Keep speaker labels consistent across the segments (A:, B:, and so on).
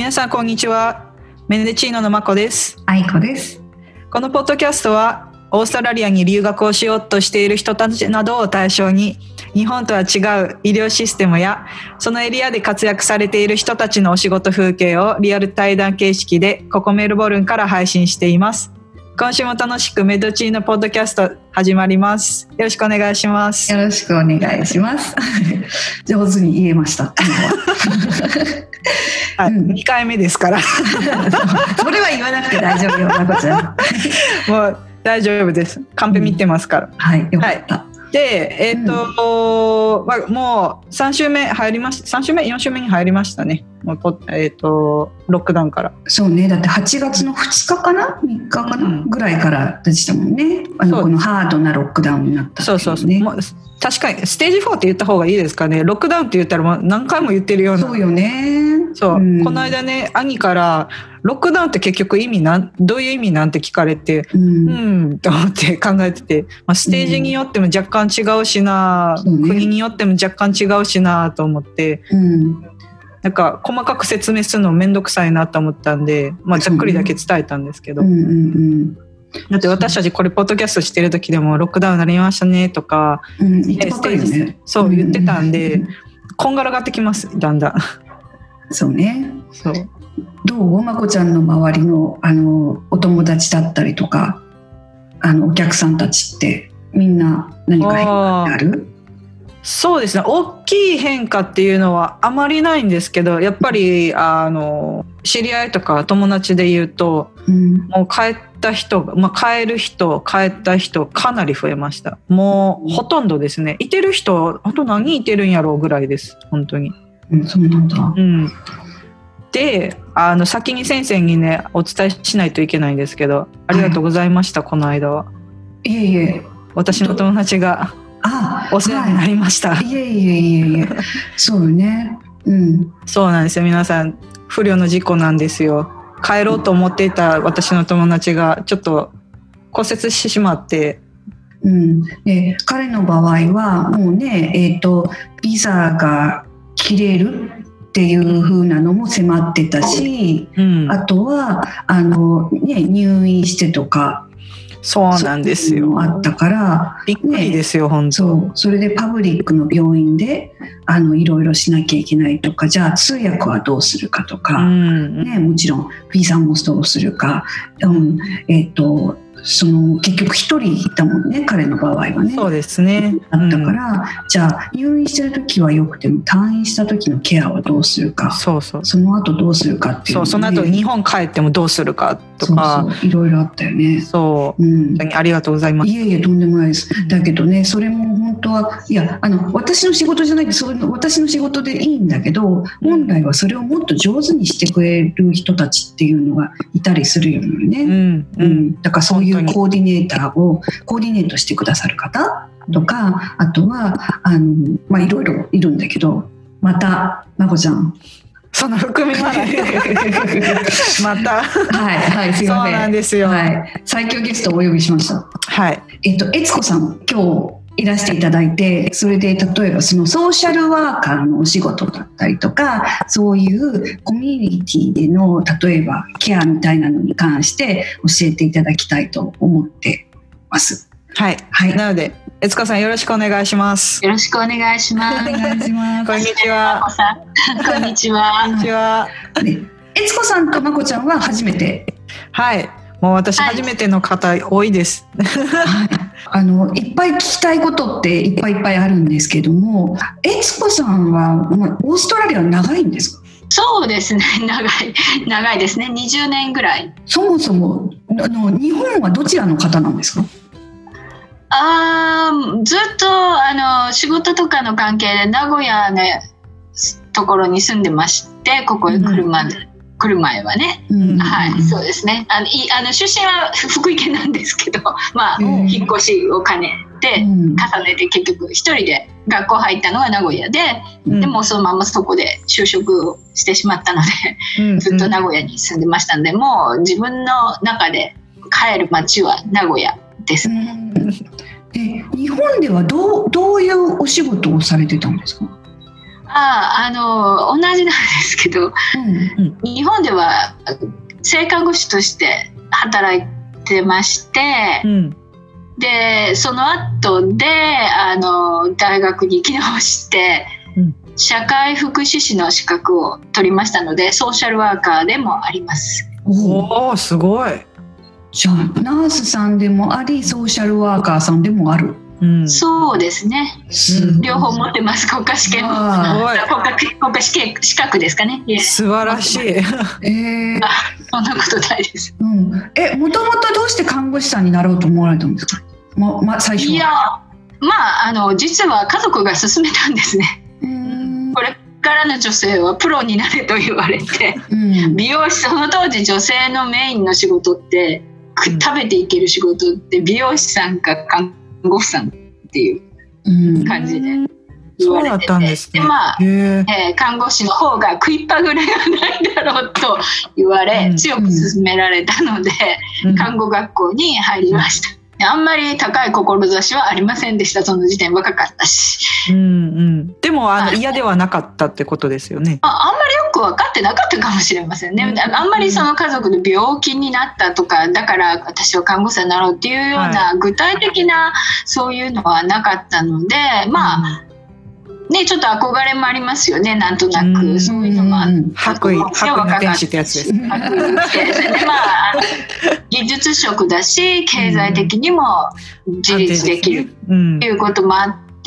A: 皆さんこんにちは。メデチーノのまこです。
B: あいこです。
A: このポッドキャストはオーストラリアに留学をしようとしている人たちなどを対象に、日本とは違う医療システムやそのエリアで活躍されている人たちのお仕事風景をリアル対談形式でここメルボルンから配信しています。今週も楽しくメドチーノポッドキャスト始まります。よろしくお願いします。
B: よろしくお願いします上手に言えました
A: はい、2回目ですから
B: それは言わなくて大丈夫よ、まこちゃん
A: もう大丈夫です。カンペ見てますから、
B: はい、よかった、はい。
A: で、もう3週目入りました。3週目4週目に入りましたね。もうロックダウンから。そうね。だって8月の2日かな3日かな、ぐらいからでしたもんね。このハードなロックダウンになったっていうね。そうもう確かにステージ4って言った方がいいですかね。ロックダウンって言ったらもう何回も言ってるような。
B: そうよね。
A: そう、この間ね、兄からロックダウンって結局どういう意味なんて聞かれて、と思って考えてて、ステージによっても若干違うしな、国によっても若干違うしなと思って、なんか細かく説明するのめんどくさいなと思ったんで、ざっくりだけ伝えたんですけど、だって私たちこれポッドキャストしてる時でもロックダウンになりましたねとか、
B: 言ってばっかりね。
A: そう言ってたんで、こんがらがってきます、だんだん。
B: そうね。
A: そう。
B: どうまこちゃんの周りのお友達だったりとかお客さんたちってみんな何か変化ってある？
A: そうですね、大きい変化っていうのはあまりないんですけど、やっぱり知り合いとか友達で言うと、もう帰った人が、帰る人帰った人かなり増えました。もうほとんどですね。いてる人あと何人いてるんやろうぐらいです、本当に。
B: そうなんだ。
A: で、先に先生にねお伝えしないといけないんですけど、ありがとうございました、この間は。
B: いえいえ、
A: 私の友達がお世話になりました。
B: いえそうよね。
A: そうなんですよ。皆さん不慮の事故なんですよ。帰ろうと思っていた私の友達がちょっと骨折してしまって、
B: で彼の場合はもうね、ビザが切れるっていう風なのも迫ってたし、あとは入院してとか、
A: そうなんですよ。
B: あったから
A: びっくりですよ、本当。
B: それでパブリックの病院でいろいろしなきゃいけないとか、じゃあ通訳はどうするかとか、もちろんビザもどうするか、結局一人だもんね、彼の場合はね。
A: そうですね。
B: だったから、じゃあ入院してる時はよくても退院した時のケアはどうするか、その後どうするかっていう、
A: その後日本帰ってもどうするかとか、
B: いろいろあったよね。
A: ありがとうございます。
B: いえとんでもないです。だけどね、それも本当は私の仕事じゃないって、私の仕事でいいんだけど、本来はそれをもっと上手にしてくれる人たちっていうのがいたりするよね。だからそういうコーディネートしてくださる方とか、あとはいろいろいるんだけど、またまこちゃん
A: その含みまでまた
B: はいすいません。
A: そうなんですよ。
B: 最強ゲストをお呼びしました。悦子さん今日いらしていただいて、それで例えばそのソーシャルワーカーのお仕事だったりとか、そういうコミュニティでの例えばケアみたいなのに関して教えていただきたいと思ってます。
A: なので悦子さんよろしくお願いします。
C: よろしくお願いします。
A: こんにちは。
C: こんにちは。
B: 悦子さんとまこちゃんは初めて？
A: もう私初めての方多いです。
B: いっぱい聞きたいことっていっぱいあるんですけども、悦子さんはオーストラリア長いんですか？
C: そうですね、長いですね。20年ぐらい。
B: そもそも日本はどちらの方なんですか？
C: ずっと仕事とかの関係で名古屋のところに住んでまして、ここへ来る前はね、そうですね。出身は福井県なんですけど、引っ越しを兼ねて重ねて結局一人で学校入ったのが名古屋で、でもそのままそこで就職をしてしまったので、ずっと名古屋に住んでましたんで、もう自分の中で帰る街は名古屋ですね。
B: で日本ではどういうお仕事をされてたんですか？
C: 同じなんですけど、日本では性看護師として働いてまして、でその後で大学に行き直して、社会福祉士の資格を取りましたので、ソーシャルワーカーでもあります。
A: おー、すごい。
B: じゃあナースさんでもあり、ソーシャルワーカーさんでもある。
C: そうですね、両方持ってます。国家試験も国家資格ですかね。
A: 素晴らしい。
C: そんなことないです。
B: もともとどうして看護師さんになろうと思われたんですか？最初は。い
C: や、実は家族が勧めたんですね。これからの女性はプロになれと言われて、美容師、その当時女性のメインの仕事って、食べていける仕事って美容師さんか看護師さんっていう感じで言われてて、で看護師の方が食いっぱぐれがないだろうと言われ、強く勧められたので、看護学校に入りました。あんまり高い志はありませんでした。その時点若かったし。
A: でも嫌ではなかったってことですよね。
C: あんまりよく分かってなかったかもしれませんね。あんまりその家族で病気になったとか、だから私は看護師さんになろうっていうような具体的なそういうのはなかったので、ちょっと憧れもありますよね、なんとなく。そういうのも
A: 白衣の天使ってやつです。
C: 技術職だし、経済的にも自立できるっていうこともあって、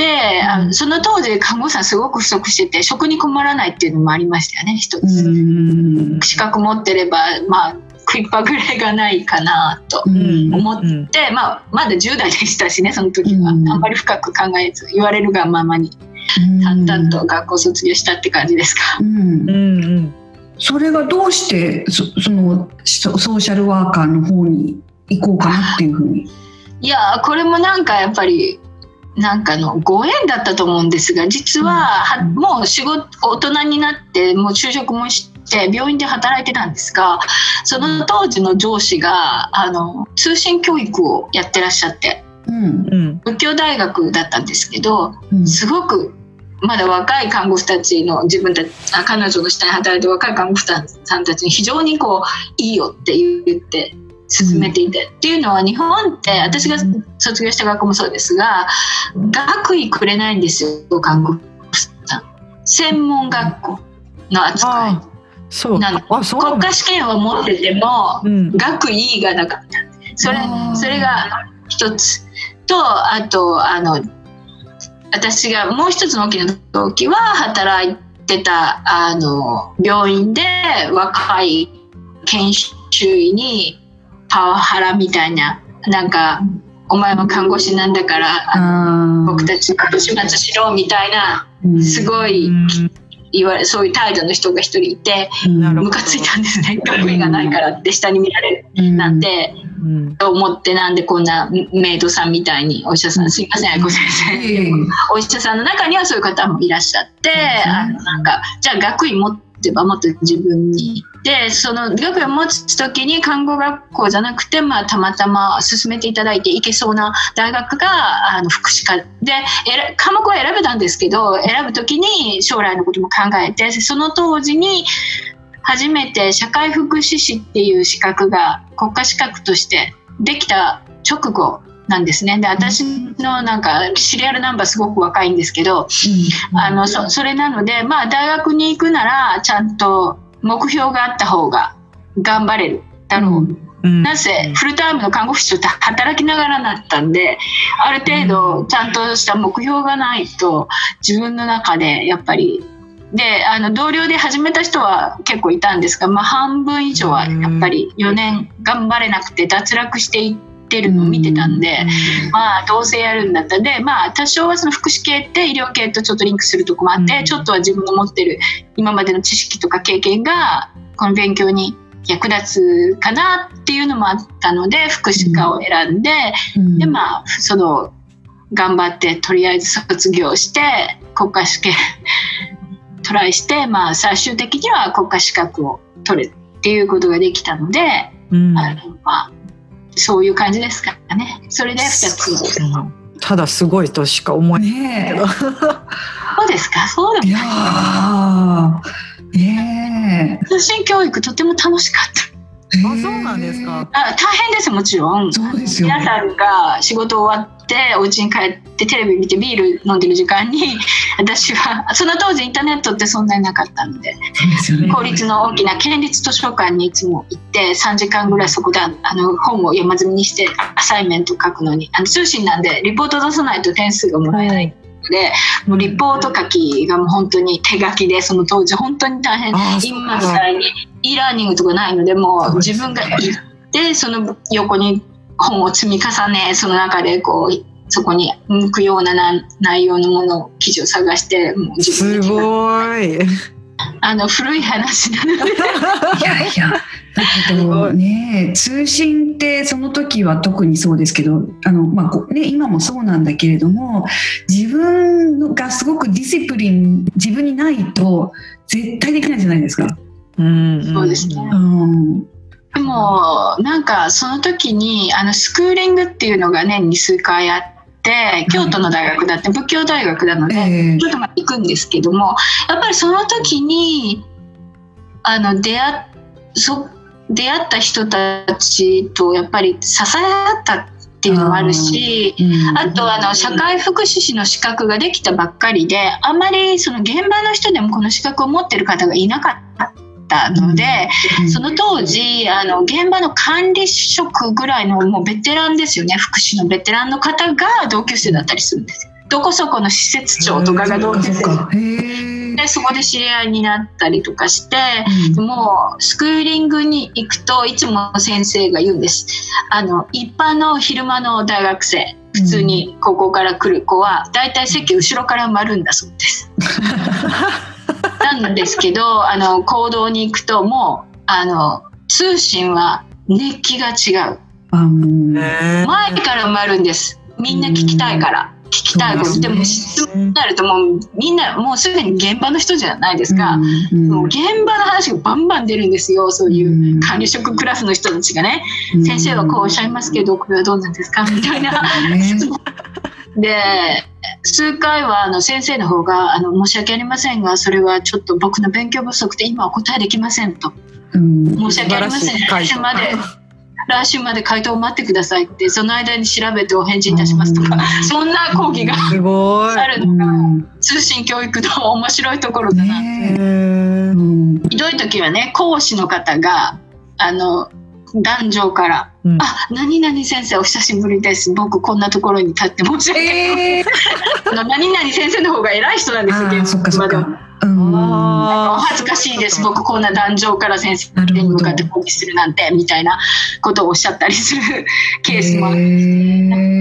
C: その当時看護師さんすごく不足してて、職に困らないっていうのもありましたよね、一つ。資格持ってれば食いっぱぐれがないかなと思って、まだ10代でしたしね、その時は。あんまり深く考えず、言われるがままに淡々と学校卒業したって感じですか。
B: それがどうしてそのソーシャルワーカーの方に行こうかなっていうふうに。
C: いや、これもなんかやっぱりのご縁だったと思うんですが、実はもう大人になってもう就職もして病院で働いてたんですが、その当時の上司が通信教育をやってらっしゃって、仏教大学だったんですけど、すごくまだ若い看護師たちの彼女の下に働いてる若い看護師さんたちに非常にいいよって言って進めていて、っていうのは日本って私が卒業した学校もそうですが、学位くれないんですよ、看護師さん。専門学校の扱い。国家試験を持ってても、学位がなかった。それが一つと、あと私がもう一つの大きな動機は、働いてた病院で若い研修医にパワハラみたいな、お前も看護師なんだから僕たち後始末しろみたいな、すごいそういう態度の人が一人いて、ムカついたんですね。学位がないからって下に見られるなんて、と思って、なんでこんなメイドさんみたいに、お医者さん、すいません、愛子先生、お医者さんの中にはそういう方もいらっしゃって、じゃあ学位持ってばもっと自分に。で、その学位を持つ時に看護学校じゃなくて、たまたま進めていただいて行けそうな大学が福祉科で、科目は選べたんですけど、選ぶ時に将来のことも考えて、その当時に初めて社会福祉士っていう資格が国家資格としてできた直後なんですね。で、私のシリアルナンバーすごく若いんですけど、それなので、大学に行くならちゃんと目標があった方が頑張れるだろう。なぜフルタイムの看護師として働きながらだったんで、ある程度ちゃんとした目標がないと自分の中でやっぱりで、同僚で始めた人は結構いたんですが、半分以上はやっぱり4年頑張れなくて脱落していってるのを見てたんで、どうせやるんだったら、で、多少はその福祉系って医療系とちょっとリンクするとこもあって、ちょっとは自分の持ってる今までの知識とか経験がこの勉強に役立つかなっていうのもあったので、福祉科を選んで、で、頑張ってとりあえず卒業して国家試験トライして、最終的には国家資格を取るっていうことができたので、そういう感じですかね。それで2つ。
A: ただすごいとしか思えないけど、
C: そうですか。そうでもない。通信教育とても楽しかった。
A: そうなんですか。
C: 大変です、もちろん。
B: そうですよね。
C: 皆さんが仕事終わってお家に帰ってテレビ見てビール飲んでる時間に、私はその当時インターネットってそんなになかったので、公立の大きな県立図書館にいつも行って3時間ぐらいそこで本を山積みにしてアサイメント書くのに、通信なんでリポート出さないと点数がもらえない。でもうリポート書きがもう本当に手書きで、その当時本当に大変。今みたいにeラーニングとかないので、もう自分が行ってその横に本を積み重ね、その中でこうそこに向くような内容のものを記事を探して、もう自分で。
A: すごい。
C: 古い話なので
B: いやだけどね、通信ってその時は特にそうですけど、今もそうなんだけれども、自分がすごくディシプリン自分にないと絶対できないじゃないですか。
C: そうですね。でもなんかその時にスクーリングっていうのが年に数回あって、京都の大学だって仏教大学なのでちょっと行くんですけども、やっぱりその時に出会った人たちとやっぱり支え合ったっていうのもあるし、あと社会福祉士の資格ができたばっかりで、あんまりその現場の人でもこの資格を持ってる方がいなかったので、その当時現場の管理職ぐらいのもうベテランですよね、福祉のベテランの方が同級生だったりするんですよ。どこそこの施設長とかが同級生で、そこで知り合いになったりとかして、もうスクーリングに行くといつも先生が言うんです。一般の昼間の大学生、普通に高校から来る子はだいたい席後ろから埋まるんだそうですなんですけど講堂に行くともう通信は熱気が違う。前から埋まるんです。みんな聞きたいから。聞きたいこと、でも質問になるともうみんなもうすでに現場の人じゃないですか。もう現場の話がバンバン出るんですよ。そういう管理職クラスの人たちがね、先生はこうおっしゃいますけどこれはどうなんですかみたいなで数回は先生の方が申し訳ありませんがそれはちょっと僕の勉強不足で今お答えできませんと、申し訳ありません、来週まで回答を待ってくださいって、その間に調べてお返事いたしますとか、そんな講義があるのが通信教育の面白いところだなって。ひどい時はね、講師の方が壇上から何々先生お久しぶりです、僕こんなところに立って申し訳ない何々先生の方が偉い人なんですよ、現場では。お恥ずかしいです、僕こんな壇上から先生に向かって講義するなんてみたいなことをおっしゃったりするケースもあって、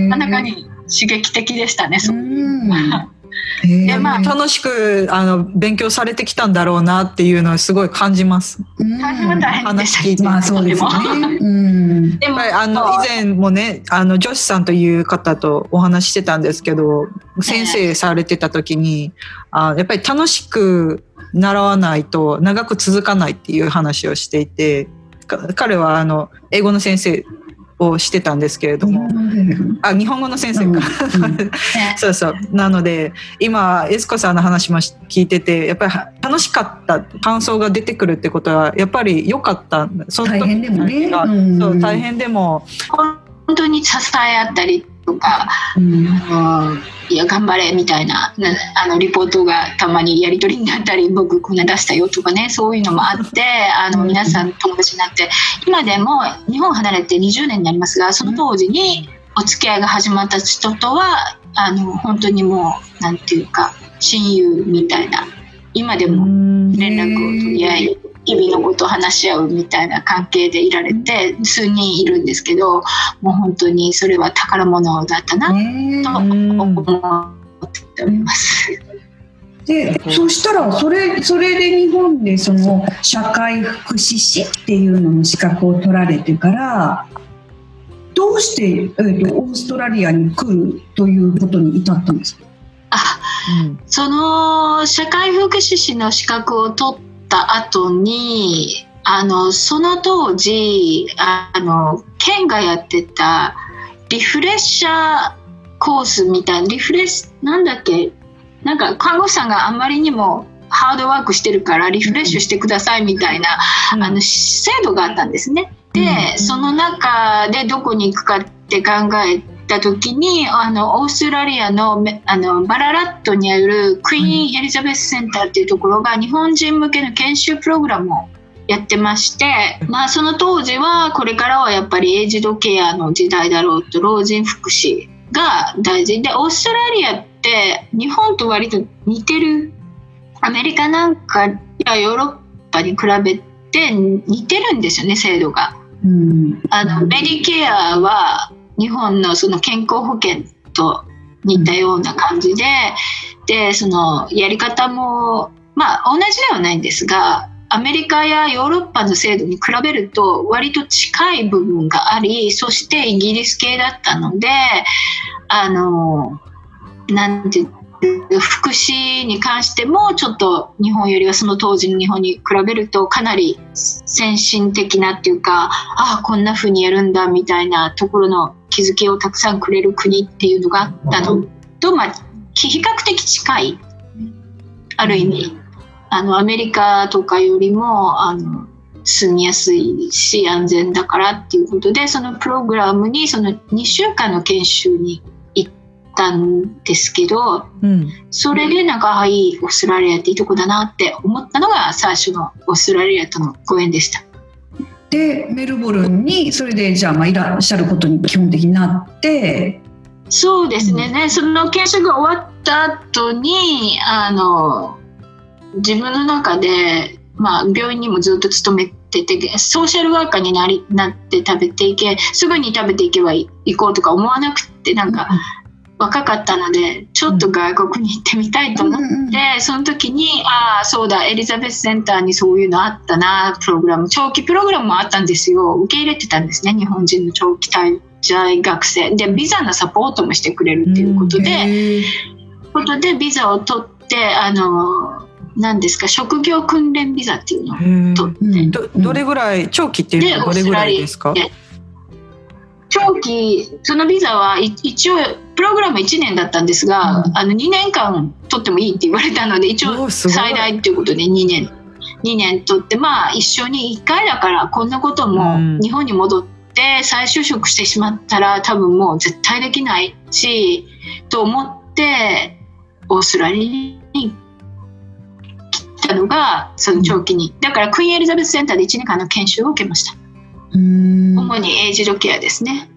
C: なかなかに刺激的でしたね。で
A: 楽しく勉強されてきたんだろうなっていうのはすごい感じます。
C: 大変は大変でした。
B: まあそうですね。
A: でも以前もね女子さんという方とお話ししてたんですけど、先生されてた時にやっぱり楽しく習わないと長く続かないっていう話をしていて、彼は英語の先生をしてたんですけれども、日本語の先生か、そうそう、なので今エスコさんの話も聞いてて、やっぱり楽しかった感想が出てくるってことはやっぱり良かった。
B: 大変でもね、
A: そう大変でも
C: 本当に支え合ったりとか、いや頑張れみたいなリポートがたまにやり取りになったり、僕こんな出したよとかね、そういうのもあって皆さん友達になって、今でも日本離れて20年になりますが、その当時にお付き合いが始まった人とは本当にもうなんていうか親友みたいな、今でも連絡を取り合い日々のことを話し合うみたいな関係でいられて数人いるんですけど、もう本当にそれは宝物だったなと思っております。
B: でそしたらそれで日本でその社会福祉士っていうのの資格を取られてからどうして、オーストラリアに来るということに至ったんですか？
C: その社会福祉士の資格を取った後にその当時県がやってたリフレッシャーコースみたいな、なんだっけなんか看護師さんがあんまりにもハードワークしてるからリフレッシュしてくださいみたいな、制度があったんですね。で、その中でどこに行くかって考えた時にオーストラリアのバララットにあるクイーンエリザベスセンターっていうところが日本人向けの研修プログラムをやってまして、その当時はこれからはやっぱりエイジドケアの時代だろうと、老人福祉が大事で、オーストラリアって日本と割と似てる、アメリカなんかやヨーロッパに比べて似てるんですよね、制度が。メディケアは日本のその健康保険と似たような感じで、そのやり方も同じではないんですが、アメリカやヨーロッパの制度に比べると割と近い部分があり、そしてイギリス系だったので、なんて福祉に関してもちょっと日本よりはその当時の日本に比べるとかなり先進的なっていうか、こんな風にやるんだみたいなところの気づきをたくさんくれる国っていうのがあったのと、比較的近い、ある意味アメリカとかよりも住みやすいし安全だからっていうことで、そのプログラムにその2週間の研修に行ったんですけど、それでなんかいいオーストラリアっていいとこだなって思ったのが最初のオーストラリアとのご縁でした。
B: でメルボルンにそれでじゃあいらっしゃることに基本的になって。
C: そうですね、その研修が終わった後に自分の中で、病院にもずっと勤めてて、ソーシャルワーカーになって食べていけ、すぐに食べていけば行こうとか思わなくて、なんか若かったのでちょっと外国に行ってみたいと思って、その時にそうだ、エリザベスセンターにそういうのあったな、プログラム、長期プログラムもあったんですよ。受け入れてたんですね、日本人の長期滞在学生で、ビザのサポートもしてくれるっていうことで、ビザを取って何ですか、職業訓練ビザっていうのを取って、
A: どれぐらい、長期っていうのはどれぐらいですか？
C: 長期、そのビザは一応プログラム1年だったんですが、2年間取ってもいいって言われたので、一応最大っていうことで2年取って、一緒に1回だからこんなことも日本に戻って再就職してしまったら多分もう絶対できないしと思ってオーストラリアに来たのがその長期に、だからクイーンエリザベスセンターで1年間の研修を受けました。主にエイジドケアですね。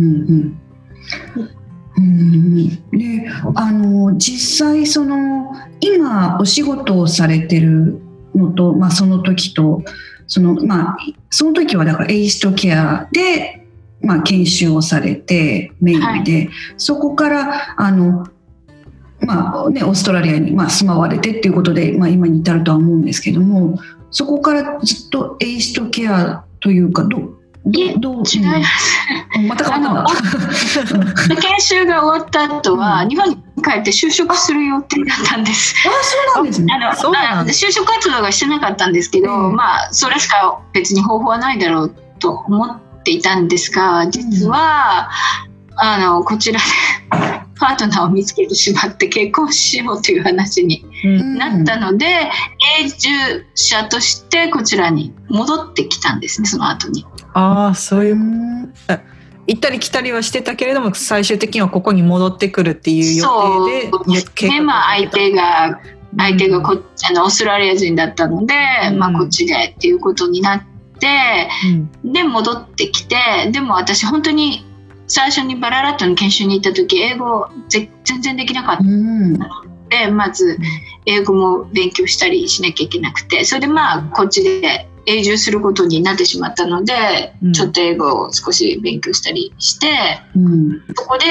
B: で実際その今お仕事をされてるのと、その時とその時はだからエイジドケアで、研修をされてメインで、そこからオーストラリアに住まわれてっていうことで、今に至るとは思うんですけども、そこからずっとエイジドケアというかどう
C: 違います。
B: また変わったんだ。
C: 研修が終わった後は、日本に帰って就職する予定だったんです。
B: そうなんですね。
C: 就職活動がしてなかったんですけど、それしか別に方法はないだろうと思っていたんですが、実は、こちらでパートナーを見つけてしまって結婚しようという話になったので、永住者としてこちらに戻ってきたんですね、その後に。
A: そういう行ったり来たりはしてたけれども、最終的にはここに戻ってくるっていう予定で。
C: 相手がオーストラリア人だったので、こっちでっていうことになって、で戻ってきて、でも私本当に最初にバララットの研修に行った時英語全然できなかったので、まず英語も勉強したりしなきゃいけなくて、それでこっちで永住することになってしまったので、ちょっと英語を少し勉強したりして、そこで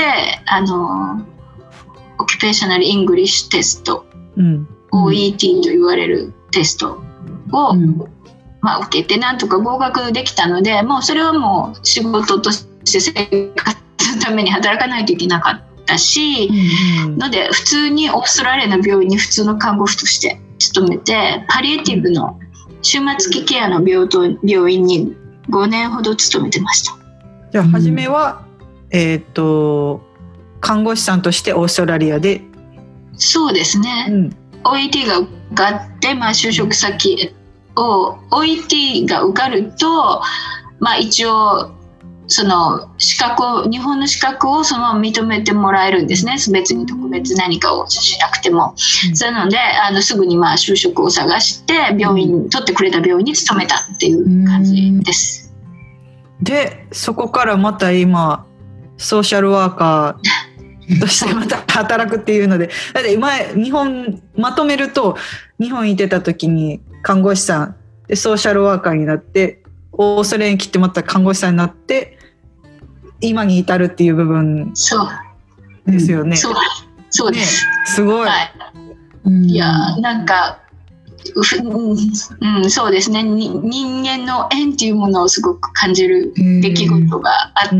C: オキュペーショナル・イングリッシュテスト、OET と言われるテストを、受けてなんとか合格できたので、もうそれはもう仕事として生活のために働かないといけなかったし、ので普通にオーストラリアの病院に普通の看護婦として勤めて、パリエティブの終末期ケアの病院に5年ほど勤めてました。
A: じゃあ初めは、看護師さんとしてオーストラリアで
C: そうですね、OET が受かって、就職先を OET が受かると、一応その資格を、日本の資格をそのまま認めてもらえるんですね。別に特別何かをしなくても。なのですぐに就職を探して取ってくれた病院に勤めたっていう感じです。
A: でそこからまた今ソーシャルワーカーとしてまた働くっていうので、だって前日本まとめると、日本にいてた時に看護師さんでソーシャルワーカーになって、オーストラリアに来てまた看護師さんになって今に至るっていう部分ですよね。
C: そうです、
A: ね、すごい、
C: いやなんかそうですね、人間の縁っていうものをすごく感じる出来事があって、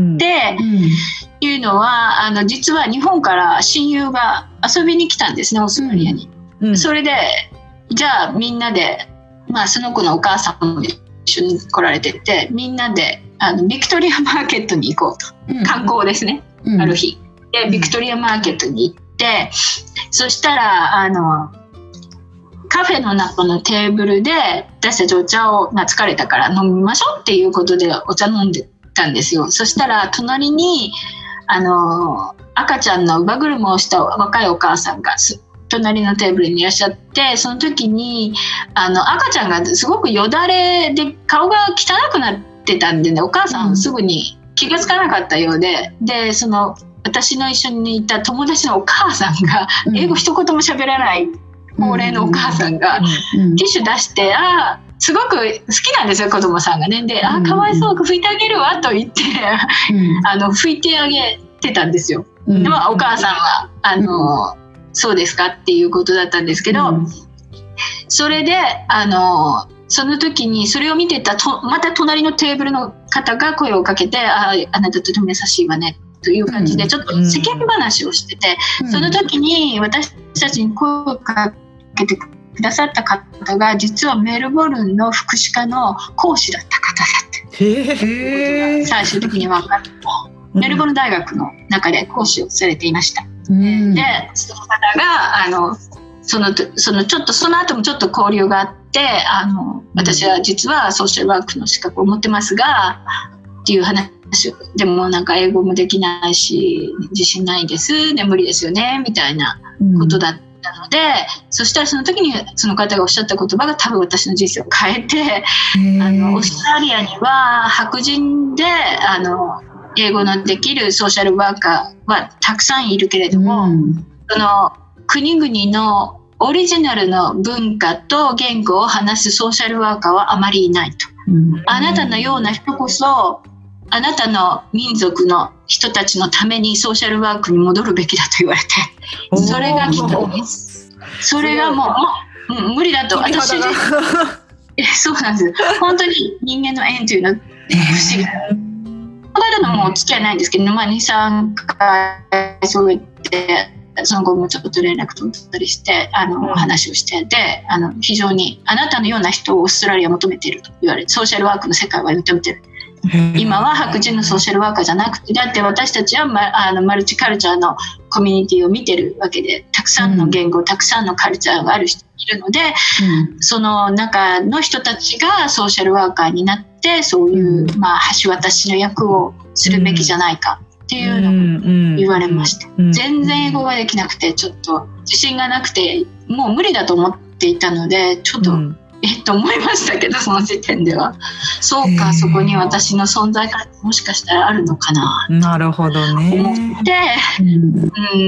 C: いうのは実は日本から親友が遊びに来たんですね、オーストラリアに。それでじゃあみんなで、その子のお母さんも一緒に来られてて、みんなでビクトリアマーケットに行こうと、観光ですね、ある日でビクトリアマーケットに行って、そしたらカフェの中のテーブルで私たちお茶を疲れたから飲みましょうっていうことでお茶飲んでたんですよ。そしたら隣に赤ちゃんの乳母車をした若いお母さんが隣のテーブルにいらっしゃって、その時に赤ちゃんがすごくよだれで顔が汚くなってたんでね、お母さんすぐに気がつかなかったようで、その私の一緒にいた友達のお母さんが英語一言も喋らない高齢のお母さんがティッシュ出して、すごく好きなんですよ、子供さんがね。で、かわいそうく拭いてあげるわと言って拭いてあげてたんですよ。でもお母さんはそうですかっていうことだったんですけど、それでその時にそれを見てたまた隣のテーブルの方が声をかけて、あなたとても優しいわねという感じでちょっと世間話をしてて、その時に私たちに声をかけてくださった方が実はメルボルンの福祉科の講師だった方だったいうことが最終的に分かった。メルボルン大学の中で講師をされていました。でその方がその後もちょっと交流があって、私は実はソーシャルワークの資格を持ってますがっていう話を、でも英語もできないし自信ないですで無理ですよねみたいなことだったので、そしたらその時にその方がおっしゃった言葉が多分私の人生を変えて、オーストラリアには白人で英語のできるソーシャルワーカーはたくさんいるけれども、その国々のオリジナルの文化と言語を話すソーシャルワーカーはあまりいないと。あなたのような人こそあなたの民族の人たちのためにソーシャルワークに戻るべきだと言われて、それが来たんです。それがもう、無理だと私そうなんです。本当に人間の縁というのは不思議。この間のもう付き合いないんですけど、2、3回そう言ってその後もちょっと連絡取ったりして話をしてで非常にあなたのような人をオーストラリアは求めていると言われて、ソーシャルワークの世界は認めている。今は白人のソーシャルワーカーじゃなくて、だって私たちはマルチカルチャーのコミュニティを見てるわけで、たくさんの言語、たくさんのカルチャーがある人がいるので、その中の人たちがソーシャルワーカーになってそういう、橋渡しの役をするべきじゃないかっていうのを言われました。全然英語ができなくてちょっと自信がなくてもう無理だと思っていたので、ちょっとと思いましたけど、その時点ではそうか、そこに私の存在感もしかしたらあるのかな、
A: なるほどね、
C: 思って、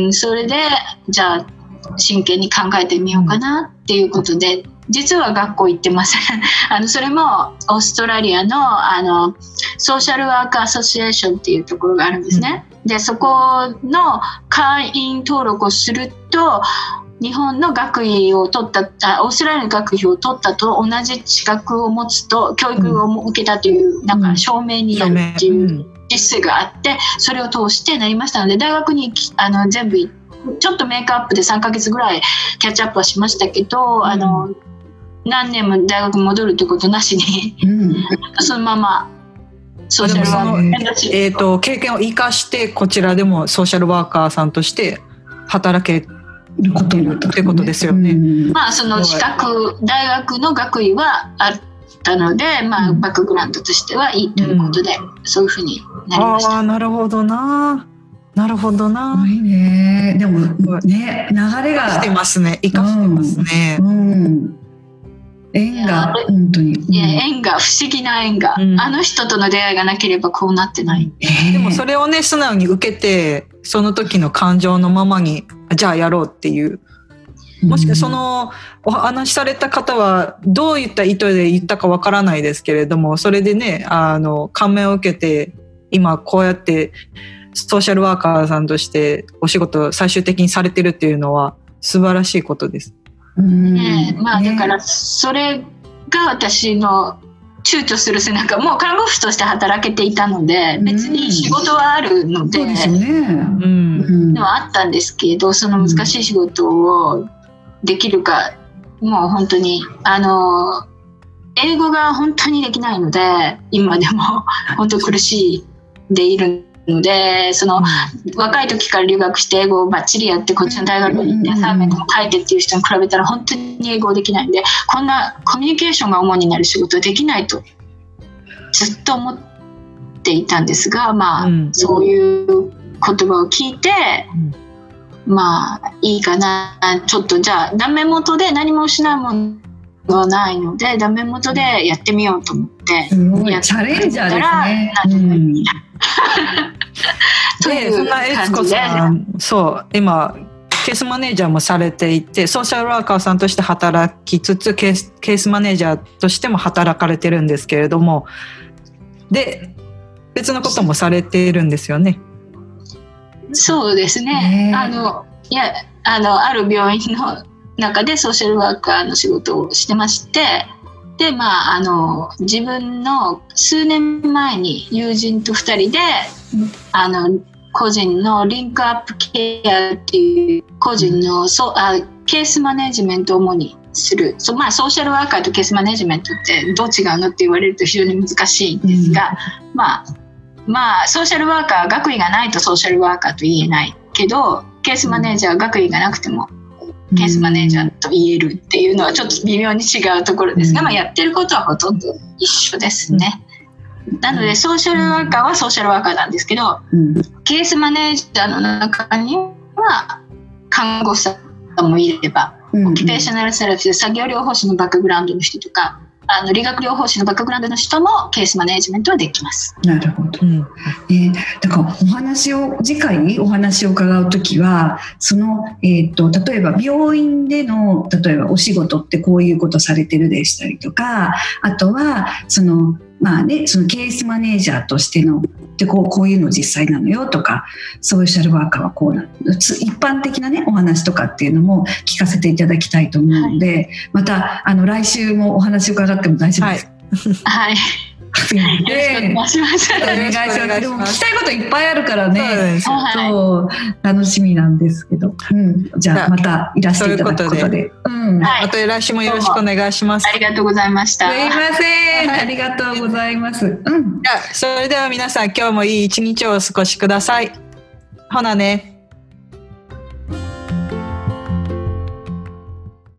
C: それでじゃあ真剣に考えてみようかなっていうことで、実は学校行ってませんそれもオーストラリアのソーシャルワークアソシエーションっていうところがあるんですね。でそこの会員登録をすると日本の学位を取ったオーストラリアの学位を取ったと同じ資格を持つと教育を受けたというなんか証明になるっていう実績があって、それを通してなりましたので、大学に全部ちょっとメイクアップで3ヶ月ぐらいキャッチアップはしましたけど、何年も大学に戻るということなしに、そのままソーシャルワーカー、
A: 経験を生かしてこちらでもソーシャルワーカーさんとして働け
B: ることになった
A: ってことですよね。
C: まあその大学の学位はあったので、まあバックグラウンドとしてはいいということで、そういうふうになりました。
A: なるほどな。なるほどな。
B: いいね。でもね、流れが
A: 生かしてますね。生かしてますね。
B: 縁が本当に。
C: 縁が、不思議な縁が、あの人との出会いがなければこうなってない。
A: でもそれをね、素直に受けて、その時の感情のままに、じゃあやろうっていう。もしくはそのお話しされた方はどういった意図で言ったかわからないですけれども、それでね、感銘を受けて、今こうやってソーシャルワーカーさんとしてお仕事を最終的にされてるっていうのは素晴らしいことです。
C: まあだからそれが私の躊躇する背中、もう看護婦として働けていたので、別に仕事はあるので、ではあったんですけど、その難しい仕事をできるか、もう本当に英語が本当にできないので、今でも本当苦しいでいるので、その若い時から留学して英語をバッチリやって、こっちの大学に行ってアサイメントも書いてっていう人に比べたら本当に英語できないんで、こんなコミュニケーションが主になる仕事はできないとずっと思っていたんですが、まあ、そういう言葉を聞いて、まあいいかな、ちょっとじゃあダメ元で何も失うものはないので、ダメ元でやってみようと思って、
B: すごいチャレンジャーですね。
A: で、そんな悦子さん、そう今ケースマネージャーもされていて、ソーシャルワーカーさんとして働きつつケースマネージャーとしても働かれてるんですけれども、で別のこともされているんですよね。
C: そうですね。ある病院の中でソーシャルワーカーの仕事をしてまして、でまあ自分の数年前に友人と2人で個人のリンクアップケアっていう個人のケースマネジメントを主にする、まあ、ソーシャルワーカーとケースマネジメントってどう違うのって言われると非常に難しいんですが、まあソーシャルワーカー学位がないとソーシャルワーカーと言えないけど、ケースマネージャー学位がなくてもケースマネージャーと言えるっていうのはちょっと微妙に違うところですが、まあ、やってることはほとんど一緒ですね。なのでソーシャルワーカーはソーシャルワーカーなんですけど、ケースマネージャーの中には看護師さんもいれば、オキュペーショナルセラピスト、作業療法士のバックグラウンドの人とか、理学療法士のバックグラウンドの人もケースマネージメントはできます。
B: なるほど。だから次回お話を伺うときは、その例えば病院での例えばお仕事ってこういうことされてるでしたりとか、あとはそのそのケースマネージャーとしてのでこういうの実際なのよとか、ソーシャルワーカーはこうなの、一般的なねお話とかっていうのも聞かせていただきたいと思うので、また来週もお話を伺っても大丈夫ですか？
C: はい。
B: よろしくお願いします。でも聞きたいこといっぱいあるからね、そう楽しみなんですけど、じゃあまたいらしていただくことで、
A: また来週もよろしくお願いします。
C: ありがとうございました。
B: すいません、ありがとうございます。
A: じゃあそれでは皆さん、今日もいい一日をお過ごしください。ほなね。